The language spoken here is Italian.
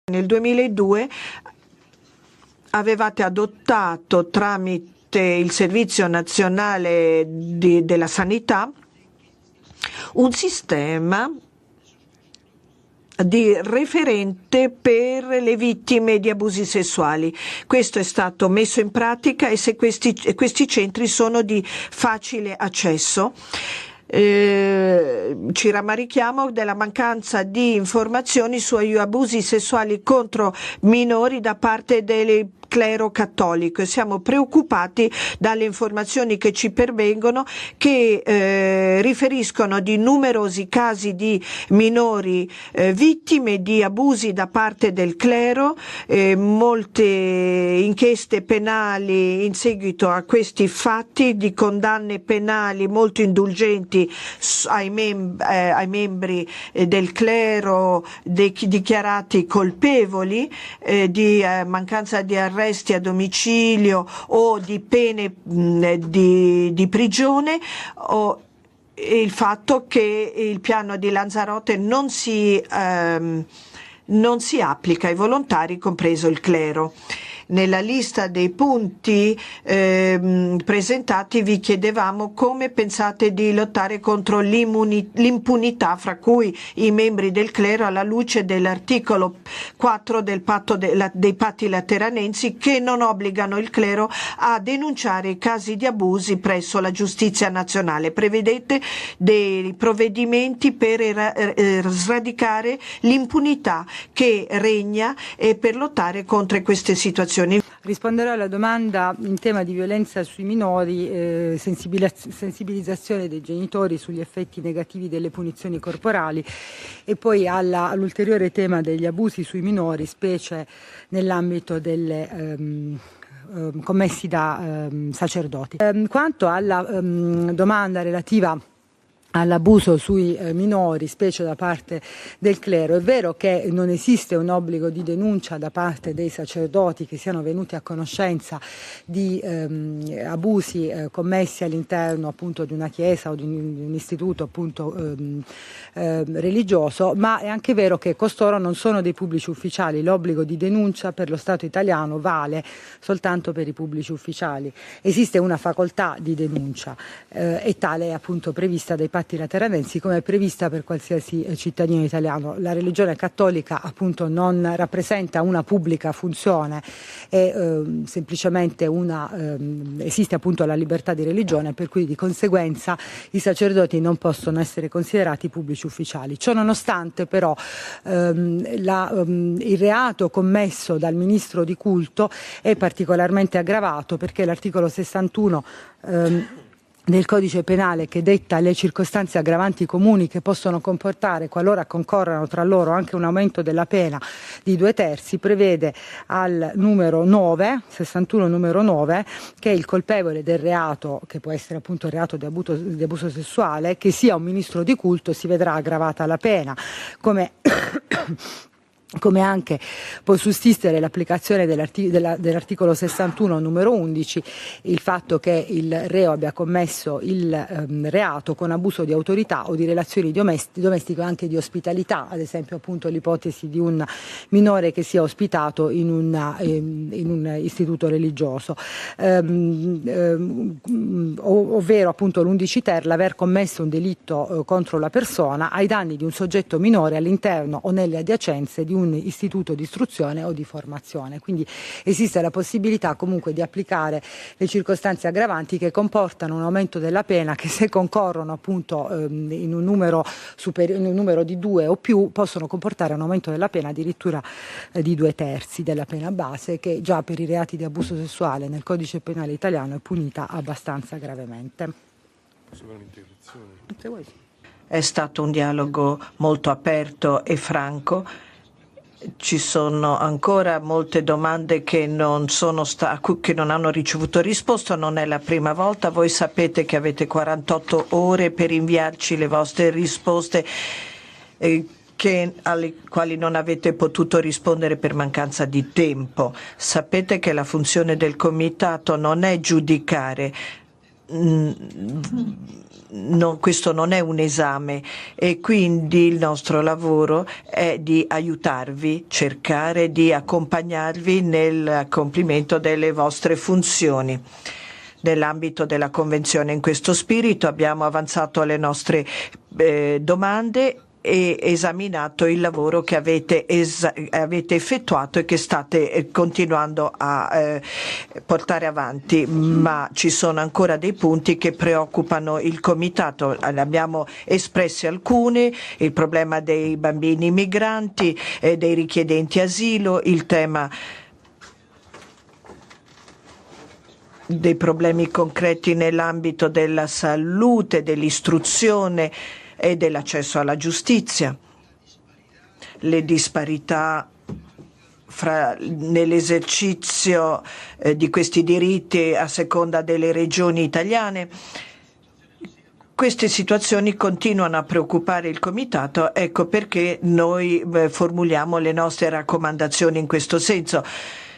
Nel 2002 avevate adottato tramite il Servizio Nazionale della Sanità un sistema di referente per le vittime di abusi sessuali. Questo è stato messo in pratica e se questi centri sono di facile accesso. Ci rammarichiamo della mancanza di informazioni sugli abusi sessuali contro minori da parte delle clero cattolico e siamo preoccupati dalle informazioni che ci pervengono che riferiscono di numerosi casi di minori vittime di abusi da parte del clero, molte inchieste penali in seguito a questi fatti, di condanne penali molto indulgenti ai membri del clero dichiarati colpevoli di mancanza di arresti a domicilio o di pene di prigione, o il fatto che il piano di Lanzarote non si applica ai volontari, compreso il clero. Nella lista dei punti presentati vi chiedevamo come pensate di lottare contro l'impunità fra cui i membri del clero alla luce dell'articolo 4 del patto dei patti lateranensi che non obbligano il clero a denunciare i casi di abusi presso la giustizia nazionale. Prevedete dei provvedimenti per sradicare l'impunità che regna e per lottare contro queste situazioni. Risponderò alla domanda in tema di violenza sui minori, sensibilizzazione dei genitori sugli effetti negativi delle punizioni corporali e poi all'ulteriore tema degli abusi sui minori, specie nell'ambito delle commessi da sacerdoti. Quanto alla domanda relativa all'abuso sui minori, specie da parte del clero, è vero che non esiste un obbligo di denuncia da parte dei sacerdoti che siano venuti a conoscenza di abusi commessi all'interno appunto di una chiesa o di un istituto appunto religioso, ma è anche vero che costoro non sono dei pubblici ufficiali. L'obbligo di denuncia per lo Stato italiano vale soltanto per i pubblici ufficiali. Esiste una facoltà di denuncia e tale è appunto prevista dai patti lateranensi, come è prevista per qualsiasi cittadino italiano. La religione cattolica appunto non rappresenta una pubblica funzione, è semplicemente esiste appunto la libertà di religione, per cui di conseguenza i sacerdoti non possono essere considerati pubblici ufficiali. Ciò nonostante però il reato commesso dal ministro di culto è particolarmente aggravato perché l'articolo 61 del codice penale, che detta le circostanze aggravanti comuni che possono comportare, qualora concorrano tra loro, anche un aumento della pena di 2/3, prevede al numero 9, 61 numero 9, che il colpevole del reato, che può essere appunto il reato di abuso sessuale, che sia un ministro di culto, si vedrà aggravata la pena, come anche può sussistere l'applicazione dell'articolo 61 numero 11, il fatto che il reo abbia commesso il reato con abuso di autorità o di relazioni domestiche o anche di ospitalità, ad esempio appunto l'ipotesi di un minore che sia ospitato in un istituto religioso, ovvero appunto l'11 ter, l'aver commesso un delitto contro la persona ai danni di un soggetto minore all'interno o nelle adiacenze di un istituto di istruzione o di formazione. Quindi esiste la possibilità comunque di applicare le circostanze aggravanti che comportano un aumento della pena, che se concorrono appunto in un numero di 2 o più possono comportare un aumento della pena addirittura di 2/3 della pena base, che già per i reati di abuso sessuale nel codice penale italiano è punita abbastanza gravemente. Posso fare un'interruzione? È stato un dialogo molto aperto e franco. Ci sono ancora molte domande che non hanno ricevuto risposta. Non è la prima volta. Voi sapete che avete 48 ore per inviarci le vostre risposte alle quali non avete potuto rispondere per mancanza di tempo. Sapete che la funzione del Comitato non è giudicare, questo non è un esame e quindi il nostro lavoro è di aiutarvi, cercare di accompagnarvi nel compimento delle vostre funzioni. Nell'ambito della Convenzione, in questo spirito, abbiamo avanzato le nostre domande e esaminato il lavoro che avete effettuato e che state continuando a portare avanti, ma ci sono ancora dei punti che preoccupano il Comitato. Ne abbiamo espressi alcuni: il problema dei bambini migranti, dei richiedenti asilo, il tema dei problemi concreti nell'ambito della salute, dell'istruzione e dell'accesso alla giustizia, le disparità nell'esercizio di questi diritti a seconda delle regioni italiane. Queste situazioni continuano a preoccupare il Comitato, ecco perché noi formuliamo le nostre raccomandazioni in questo senso.